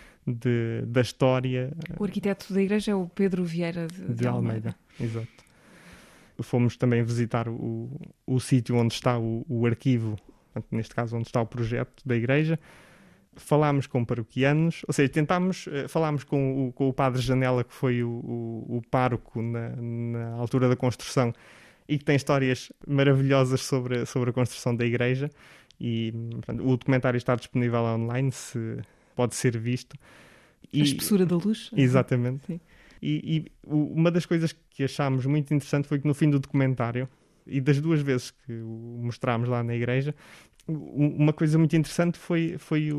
Speaker 3: da história.
Speaker 2: O arquiteto da igreja é o Pedro Vieira de Almeida.
Speaker 3: Exato. Fomos também visitar o sítio onde está o arquivo, neste caso onde está o projeto da igreja. Falámos com paroquianos, ou seja, falámos com o padre Janela, que foi o pároco na altura da construção, e que tem histórias maravilhosas sobre a construção da igreja. E portanto, o documentário está disponível online, pode ser visto.
Speaker 2: A Espessura da Luz?
Speaker 3: Exatamente.
Speaker 2: Sim.
Speaker 3: E uma das coisas que achámos muito interessante foi que no fim do documentário, e das 2 vezes que o mostrámos lá na igreja, uma coisa muito interessante foi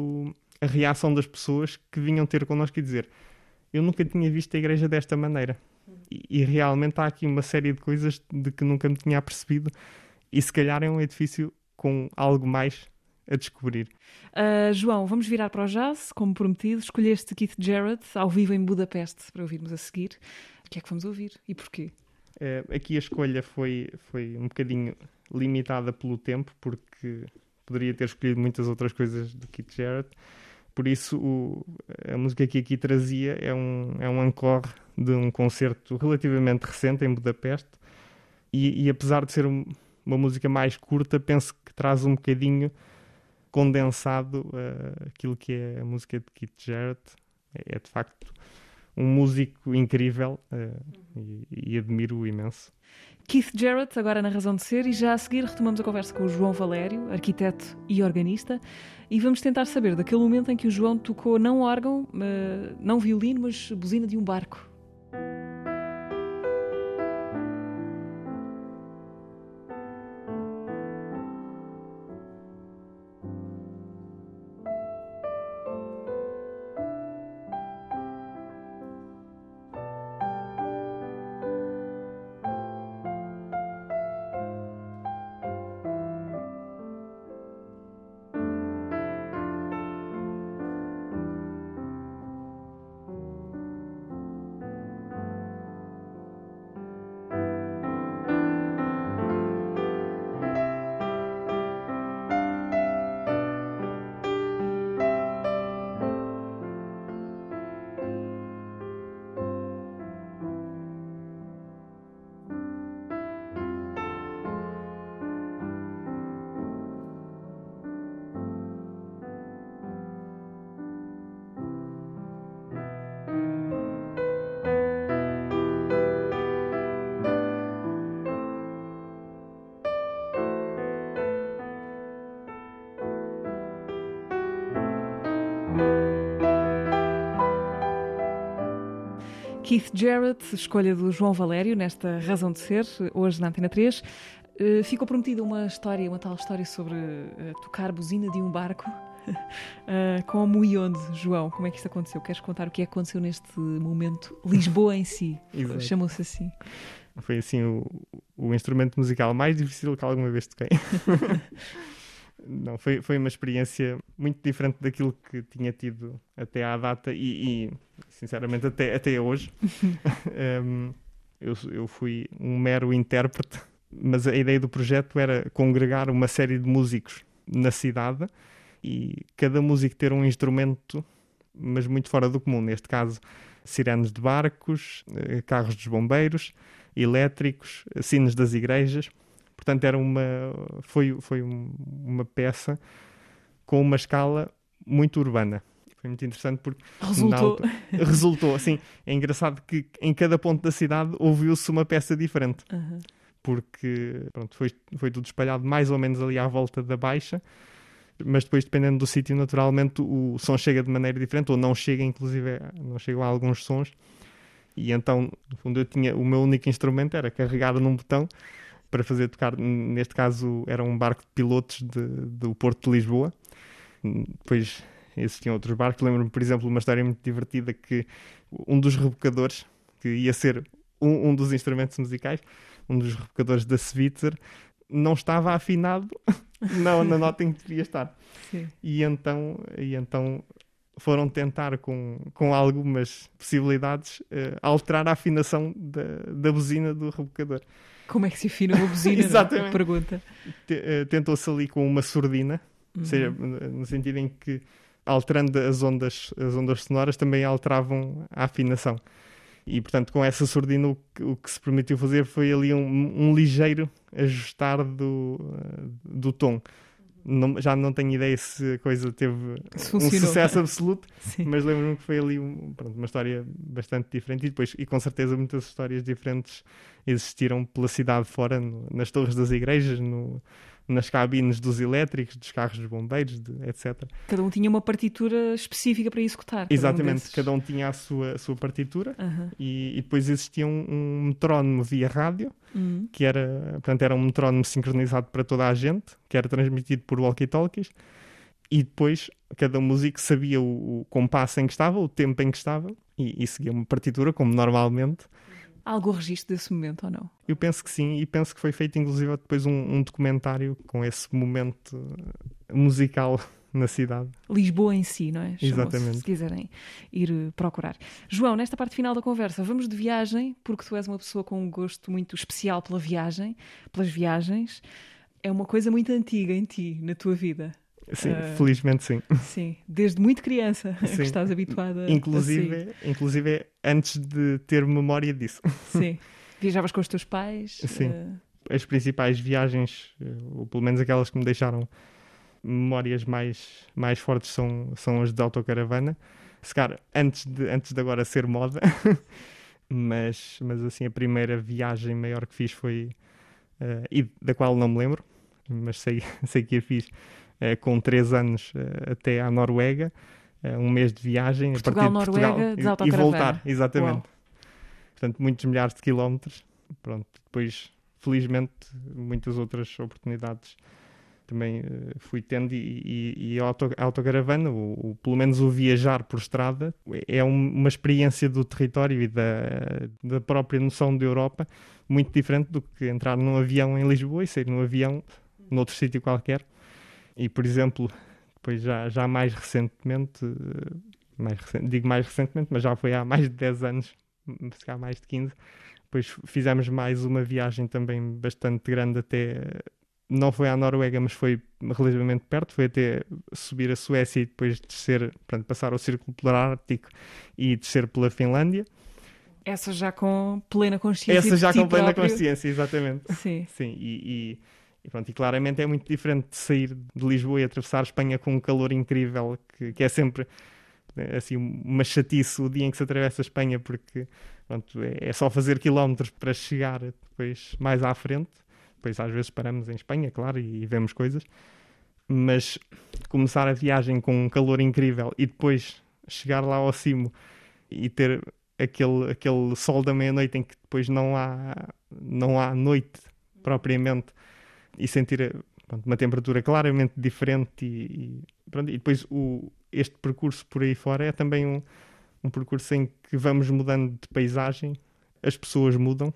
Speaker 3: a reação das pessoas que vinham ter connosco e dizer: eu nunca tinha visto a igreja desta maneira. E realmente há aqui uma série de coisas de que nunca me tinha apercebido, e se calhar é um edifício com algo mais a descobrir.
Speaker 2: João, vamos virar para o jazz, como prometido. Escolheste Keith Jarrett ao vivo em Budapeste para ouvirmos a seguir. O que é que vamos ouvir e porquê?
Speaker 3: Aqui a escolha foi um bocadinho limitada pelo tempo, porque poderia ter escolhido muitas outras coisas de Keith Jarrett, Por isso, a música que aqui trazia é um encore de um concerto relativamente recente em Budapeste. E apesar de ser uma música mais curta, penso que traz um bocadinho condensado aquilo que é a música de Keith Jarrett. É de facto um músico incrível e admiro-o imenso.
Speaker 2: Keith Jarrett, agora na Razão de Ser, e já a seguir retomamos a conversa com o João Valério, arquiteto e organista, e vamos tentar saber daquele momento em que o João tocou não órgão, não violino, mas buzina de um barco. Keith Jarrett, escolha do João Valério, nesta Razão de Ser, hoje na Antena 3. Ficou prometida uma tal história sobre tocar buzina de um barco. Como e onde, João? Como é que isto aconteceu? Queres contar o que aconteceu neste momento? Lisboa em si, chamou-se assim.
Speaker 3: Foi assim o instrumento musical mais difícil que alguma vez toquei. Não, foi uma experiência muito diferente daquilo que tinha tido até à data e sinceramente até hoje. Eu fui um mero intérprete, mas a ideia do projeto era congregar uma série de músicos na cidade e cada músico ter um instrumento, mas muito fora do comum. Neste caso, sirenes de barcos, carros dos bombeiros, elétricos, sinos das igrejas. Portanto, foi uma peça com uma escala muito urbana. Foi muito interessante porque resultou. Assim, é engraçado que em cada ponto da cidade ouviu-se uma peça diferente. Uhum. Porque foi tudo espalhado mais ou menos ali à volta da Baixa, mas depois, dependendo do sítio, naturalmente o som chega de maneira diferente, ou não chega, inclusive não chegam a alguns sons. E então, no fundo, o meu único instrumento era carregar num botão para fazer tocar. Neste caso era um barco de pilotos do Porto de Lisboa. Depois existiam outros barcos. Lembro-me, por exemplo, uma história muito divertida, que um dos rebocadores, que ia ser um dos instrumentos musicais, um dos rebocadores da Switzer, não estava afinado na nota em que devia estar. Sim. E então foram tentar, com algumas possibilidades, alterar a afinação da buzina do rebocador.
Speaker 2: Como é que se afina uma buzina?
Speaker 3: Exatamente.
Speaker 2: Pergunta.
Speaker 3: Tentou-se ali com uma sordina, ou seja, no sentido em que, alterando as ondas sonoras, também alteravam a afinação. E, portanto, com essa sordina, o que se permitiu fazer foi ali um ligeiro ajustar do tom. Já não tenho ideia se a coisa teve um sucesso absoluto, mas lembro-me que foi ali uma história bastante diferente. E com certeza muitas histórias diferentes existiram pela cidade fora, nas torres das igrejas, nas cabines dos elétricos, dos carros dos bombeiros, etc.
Speaker 2: Cada um tinha uma partitura específica para executar.
Speaker 3: Exatamente, cada um tinha a sua partitura. Uhum. E depois existia um metrónomo via rádio, que era um metrónomo sincronizado para toda a gente, que era transmitido por walkie-talkies, e depois cada músico sabia o compasso em que estava, o tempo em que estava, e seguia uma partitura, como normalmente.
Speaker 2: Há algum registro desse momento ou não?
Speaker 3: Eu penso que sim, e penso que foi feito inclusive depois um documentário com esse momento musical na cidade.
Speaker 2: Lisboa em si, não é?
Speaker 3: Exatamente.
Speaker 2: Se quiserem ir procurar. João, nesta parte final da conversa, vamos de viagem, porque tu és uma pessoa com um gosto muito especial pelas viagens. É uma coisa muito antiga em ti, na tua vida.
Speaker 3: Sim, felizmente sim.
Speaker 2: Sim, desde muito criança que
Speaker 3: Sim.
Speaker 2: estás habituada a
Speaker 3: Inclusive antes de ter memória disso.
Speaker 2: Sim. Viajavas com os teus pais?
Speaker 3: Sim. As principais viagens, ou pelo menos aquelas que me deixaram memórias mais fortes, são as de autocaravana. Se calhar antes de agora ser moda, mas assim, a primeira viagem maior que fiz foi, e da qual não me lembro, mas sei que a fiz com 3 anos até à Noruega, um mês de viagem
Speaker 2: Portugal,
Speaker 3: a partir de Portugal
Speaker 2: Noruega, de
Speaker 3: e
Speaker 2: autocaravana.
Speaker 3: voltar, exatamente.
Speaker 2: Uau.
Speaker 3: Portanto, muitos milhares de quilómetros. Pronto, depois, felizmente, muitas outras oportunidades também fui tendo e a autocaravana, pelo menos o viajar por estrada, é uma experiência do território e da própria noção da Europa muito diferente do que entrar num avião em Lisboa e sair num avião noutro sítio qualquer. E, por exemplo, depois já mais recentemente, digo mais recentemente, mas já foi há mais de 10 anos, se calhar mais de 15, depois fizemos mais uma viagem também bastante grande até... Não foi à Noruega, mas foi relativamente perto. Foi até subir a Suécia e depois descer, portanto, passar o Círculo Polar Ártico e descer pela Finlândia.
Speaker 2: Essa já com plena consciência.
Speaker 3: Essa já
Speaker 2: de ti
Speaker 3: com plena
Speaker 2: próprio.
Speaker 3: consciência, exatamente.
Speaker 2: Sim.
Speaker 3: Sim, e pronto, e claramente é muito diferente de sair de Lisboa e atravessar a Espanha com um calor incrível, que é sempre assim, uma chatice o dia em que se atravessa a Espanha, porque pronto, é só fazer quilómetros para chegar depois mais à frente. Depois às vezes paramos em Espanha, claro, e vemos coisas, mas começar a viagem com um calor incrível e depois chegar lá ao cimo e ter aquele sol da meia-noite em que depois não há noite propriamente e sentir pronto, uma temperatura claramente diferente e depois este percurso por aí fora é também um percurso em que vamos mudando de paisagem, as pessoas mudam.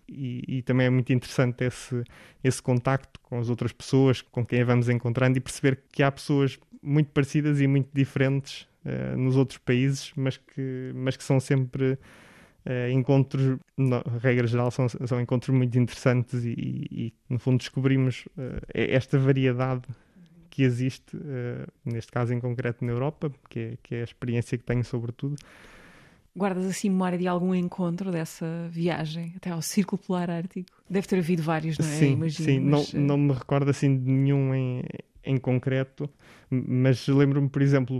Speaker 3: E também é muito interessante esse contacto com as outras pessoas, com quem vamos encontrando e perceber que há pessoas muito parecidas e muito diferentes nos outros países, mas que são sempre encontros, na regra geral, são encontros muito interessantes e no fundo descobrimos esta variedade que existe, neste caso em concreto na Europa, que é a experiência que tenho sobretudo.
Speaker 2: Guardas assim memória de algum encontro dessa viagem até ao Círculo Polar Ártico? Deve ter havido vários, não é?
Speaker 3: Sim,
Speaker 2: Imagino,
Speaker 3: sim.
Speaker 2: mas...
Speaker 3: Não me recordo assim de nenhum em concreto, mas lembro-me, por exemplo,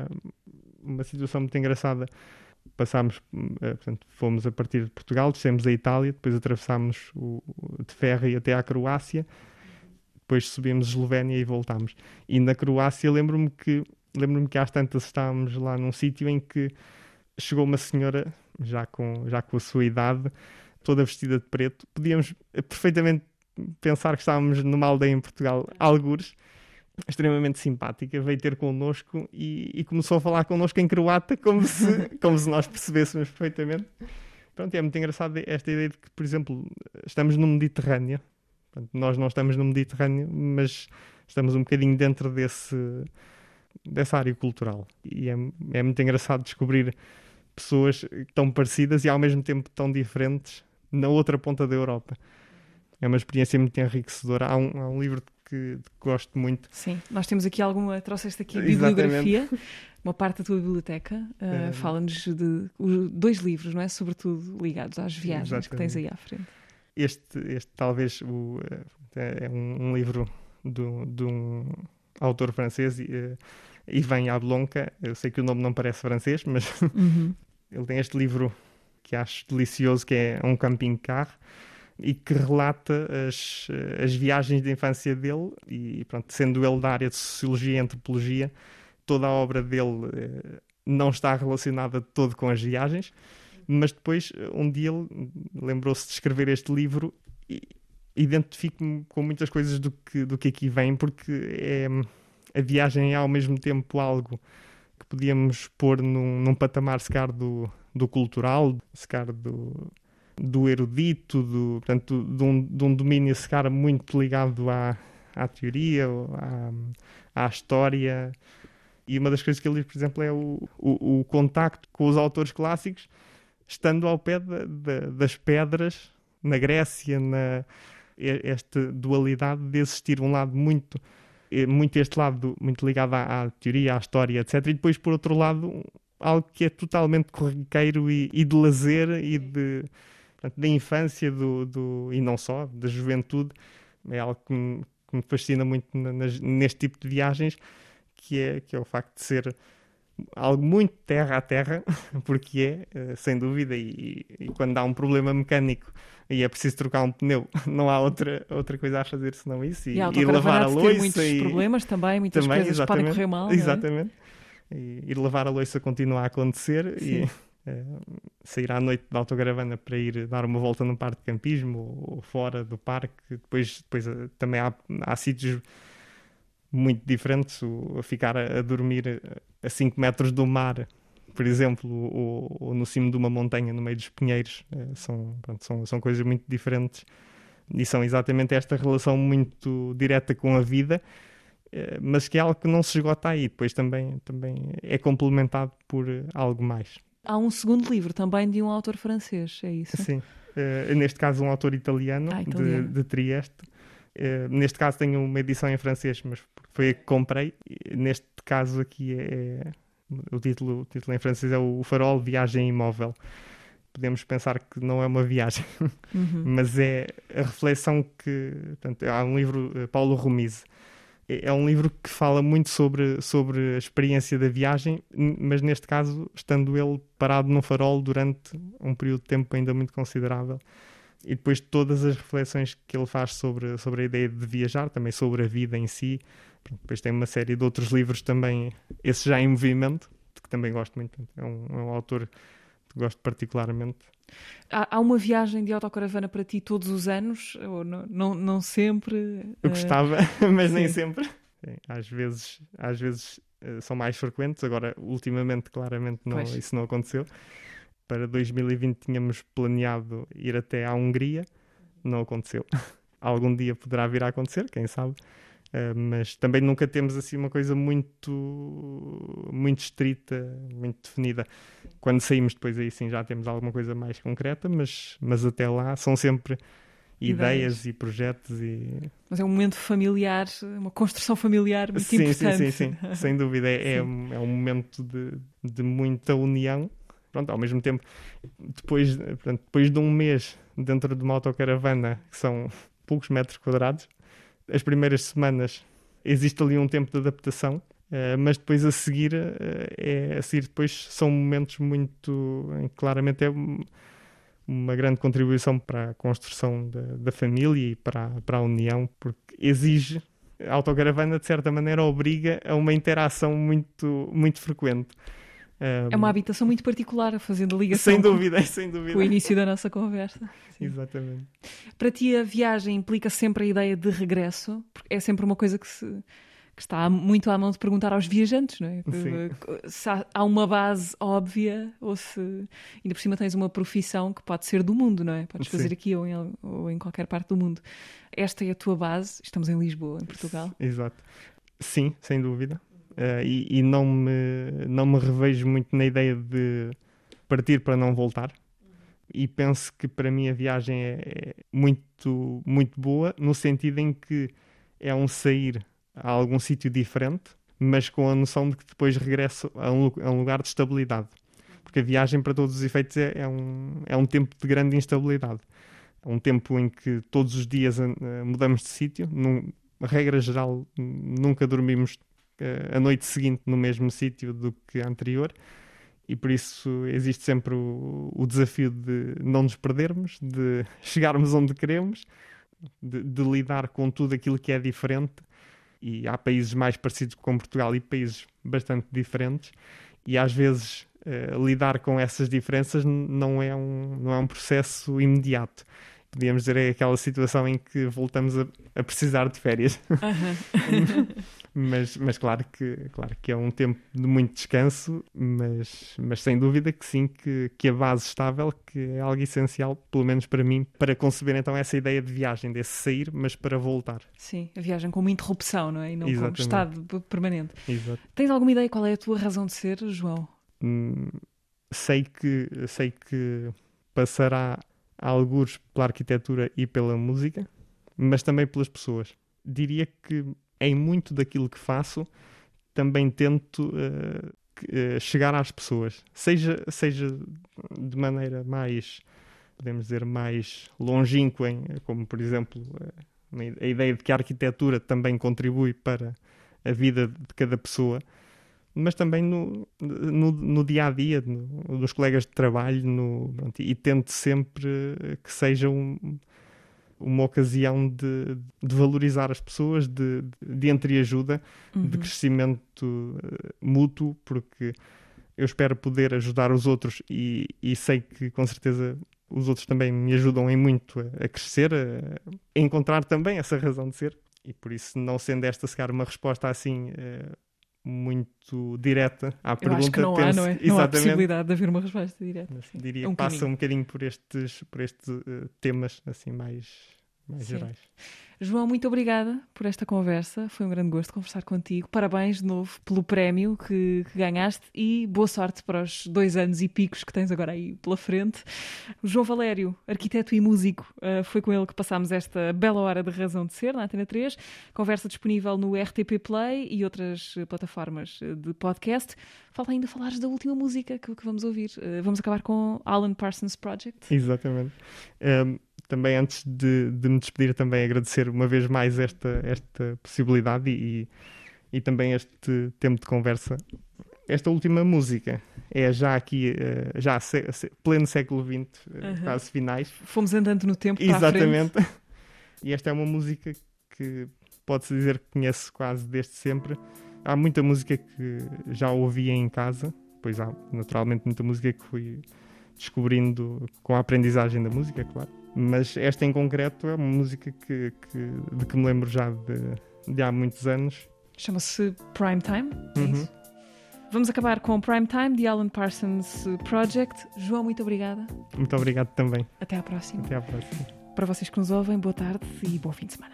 Speaker 3: uma situação muito engraçada. Passámos, portanto, fomos a partir de Portugal, descemos a Itália, depois atravessámos de ferro até à Croácia, depois subimos a Eslovénia e voltámos. E na Croácia lembro-me que às tantas estávamos lá num sítio em que chegou uma senhora, já com a sua idade, toda vestida de preto. Podíamos perfeitamente pensar que estávamos numa aldeia em Portugal, algures, extremamente simpática, veio ter connosco e começou a falar connosco em croata, como se nós percebêssemos perfeitamente. Pronto, é muito engraçado esta ideia de que, por exemplo, estamos no Mediterrâneo. Portanto, nós não estamos no Mediterrâneo, mas estamos um bocadinho dentro dessa área cultural. E é muito engraçado descobrir pessoas tão parecidas e ao mesmo tempo tão diferentes na outra ponta da Europa. É uma experiência muito enriquecedora. Há um livro que gosto muito.
Speaker 2: Sim, nós temos aqui trouxeste aqui a
Speaker 3: Exatamente.
Speaker 2: bibliografia, uma parte da tua biblioteca, fala-nos de 2 livros, não é? Sobretudo ligados às viagens. Exatamente. Que tens aí à frente.
Speaker 3: Este talvez é um livro de um autor francês, Yvan Jablonka. Eu sei que o nome não parece francês, mas ele tem este livro que acho delicioso, que é Um Camping-Car, e que relata as viagens de infância dele e pronto, sendo ele da área de Sociologia e Antropologia, toda a obra dele não está relacionada todo com as viagens, mas depois um dia ele lembrou-se de escrever este livro e identifico-me com muitas coisas do que aqui vem, porque a viagem é ao mesmo tempo algo que podíamos pôr num patamar, se calhar, do cultural, se calhar do erudito, portanto, de um domínio, se calhar, muito ligado à teoria, à história. E uma das coisas que ele diz, por exemplo, é o contacto com os autores clássicos, estando ao pé das pedras, na Grécia, esta dualidade de existir um lado muito muito este lado, muito ligado à teoria, à história, etc. E depois, por outro lado, algo que é totalmente corriqueiro e de lazer e portanto, da infância e não só, da juventude. É algo que me fascina muito neste tipo de viagens, que é o facto de ser algo muito terra a terra, porque sem dúvida, e quando há um problema mecânico e é preciso trocar um pneu, não há outra coisa a fazer senão isso, e lavar a louça.
Speaker 2: Ter muitos problemas também, muitas coisas podem correr mal.
Speaker 3: Exatamente. E lavar a louça continua a acontecer. Sim. E sair à noite de autocaravana para ir dar uma volta num parque de campismo ou fora do parque. Depois também há sítios muito diferentes, ficar a dormir a 5 metros do mar, por exemplo, ou no cimo de uma montanha no meio dos pinheiros, são coisas muito diferentes e são exatamente esta relação muito direta com a vida, mas que é algo que não se esgota aí, depois também é complementado por algo mais.
Speaker 2: Há um segundo livro também de um autor francês, é isso?
Speaker 3: Sim, neste caso um autor italiano. De Trieste. Neste caso tenho uma edição em francês, mas foi a que comprei. Neste caso aqui o título em francês é O Farol, Viagem Imóvel. Podemos pensar que não é uma viagem, mas é a reflexão que... Portanto, há um livro, Paulo Rumise. É um livro que fala muito sobre a experiência da viagem, mas neste caso estando ele parado num farol durante um período de tempo ainda muito considerável. E depois todas as reflexões que ele faz sobre a ideia de viajar, também sobre a vida em si. Depois tem uma série de outros livros também, esse já em movimento, que também gosto muito. É um autor que gosto particularmente.
Speaker 2: Há uma viagem de autocaravana para ti todos os anos? Ou não sempre?
Speaker 3: Eu gostava, mas nem sempre. Às vezes são mais frequentes. Agora, ultimamente, claramente, isso não aconteceu. Para 2020 tínhamos planeado ir até à Hungria, não aconteceu. Algum dia poderá vir a acontecer, quem sabe. Mas também nunca temos assim uma coisa muito estrita, muito definida. Quando saímos depois aí sim já temos alguma coisa mais concreta, mas até lá são sempre ideias e projetos.
Speaker 2: Mas é um momento familiar, uma construção familiar muito importante.
Speaker 3: Sim, sem dúvida. É um momento de muita união. Pronto, ao mesmo tempo, depois de um mês dentro de uma autocaravana, que são poucos metros quadrados, as primeiras semanas existe ali um tempo de adaptação, mas depois a seguir depois são momentos muito, claramente é uma grande contribuição para a construção da família e para a união, porque exige, a autocaravana de certa maneira obriga a uma interação muito, muito frequente.
Speaker 2: É uma habitação muito particular, fazendo ligação
Speaker 3: sem dúvida.
Speaker 2: Com o início da nossa conversa. Sim.
Speaker 3: Exatamente. Para
Speaker 2: ti a viagem implica sempre a ideia de regresso? Porque é sempre uma coisa que está muito à mão de perguntar aos viajantes, não é? Se há uma base óbvia ou se ainda por cima tens uma profissão que pode ser do mundo, não é? Podes fazer aqui ou em qualquer parte do mundo. Esta é a tua base. Estamos em Lisboa, em Portugal.
Speaker 3: Exato. Sim, sem dúvida. E não me revejo muito na ideia de partir para não voltar. E penso que para mim a viagem é muito, muito boa, no sentido em que é um sair a algum sítio diferente, mas com a noção de que depois regresso a um lugar de estabilidade. Porque a viagem, para todos os efeitos, é um tempo de grande instabilidade. É um tempo em que todos os dias mudamos de sítio. Regra geral, nunca dormimos a noite seguinte no mesmo sítio do que a anterior, e por isso existe sempre o desafio de não nos perdermos, de chegarmos onde queremos, de lidar com tudo aquilo que é diferente, e há países mais parecidos com Portugal e países bastante diferentes, e às vezes lidar com essas diferenças não é um processo imediato. Podíamos dizer, é aquela situação em que voltamos a precisar de férias. Mas claro que é um tempo de muito descanso, mas sem dúvida que sim, que a base estável, que é algo essencial, pelo menos para mim, para conceber então essa ideia de viagem, desse sair, mas para voltar.
Speaker 2: Sim, a viagem como interrupção, não é? E não como estado permanente.
Speaker 3: Exato.
Speaker 2: Tens alguma ideia qual é a tua razão de ser, João?
Speaker 3: Sei que passará algures pela arquitetura e pela música, mas também pelas pessoas. Diria que em muito daquilo que faço, também tento chegar às pessoas. Seja de maneira mais, podemos dizer, mais longínqua, como por exemplo a ideia de que a arquitetura também contribui para a vida de cada pessoa, mas também no dia-a-dia, nos colegas de trabalho, e tento sempre que seja uma ocasião de valorizar as pessoas, de entreajuda, de crescimento mútuo, porque eu espero poder ajudar os outros e sei que com certeza os outros também me ajudam em muito a crescer, a encontrar também essa razão de ser, e por isso, não sendo esta sequer uma resposta assim muito direta à pergunta.
Speaker 2: Eu acho que não há, não é? Não há possibilidade de haver uma resposta direta.
Speaker 3: Mas, diria que passa um bocadinho por estes temas assim mais gerais.
Speaker 2: João, muito obrigada por esta conversa. Foi um grande gosto conversar contigo. Parabéns de novo pelo prémio que ganhaste e boa sorte para os 2 anos e picos que tens agora aí pela frente. O João Valério, arquiteto e músico, foi com ele que passámos esta bela hora de Razão de Ser na Antena 3. Conversa disponível no RTP Play e outras plataformas de podcast. Falta ainda falares da última música que vamos ouvir. Vamos acabar com Alan Parsons Project.
Speaker 3: Exatamente. Também, antes de me despedir, também agradecer uma vez mais esta possibilidade e também este tempo de conversa. Esta última música é já aqui, pleno século XX, quase finais.
Speaker 2: Fomos andando no tempo para
Speaker 3: Exatamente.
Speaker 2: a frente.
Speaker 3: E esta é uma música que pode-se dizer que conheço quase desde sempre. Há muita música que já ouvia em casa, pois há naturalmente muita música que fui descobrindo com a aprendizagem da música, claro. Mas esta em concreto é uma música de que me lembro já de há muitos anos.
Speaker 2: Chama-se Prime Time, é isso? Vamos acabar com Prime Time, de Alan Parsons Project. João, muito obrigada.
Speaker 3: Muito obrigado também.
Speaker 2: Até à próxima.
Speaker 3: Até à próxima.
Speaker 2: Para vocês que nos ouvem, boa tarde e bom fim de semana.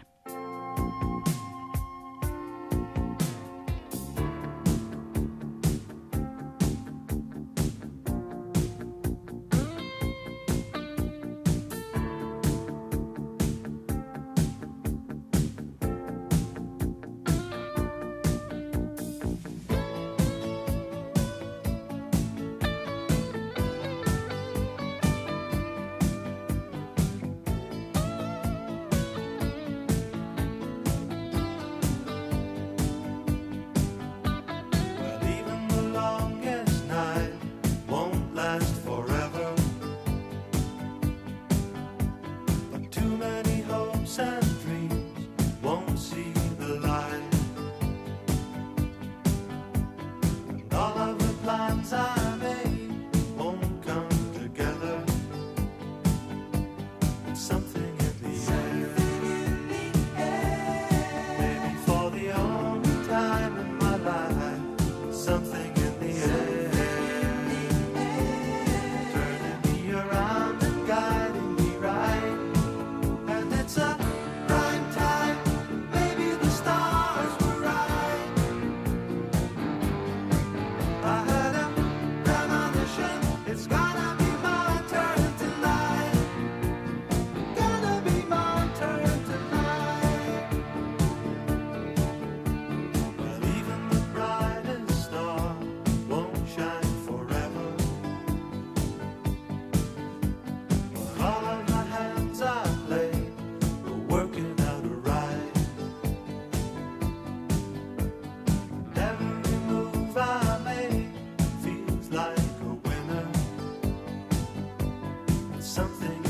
Speaker 4: Something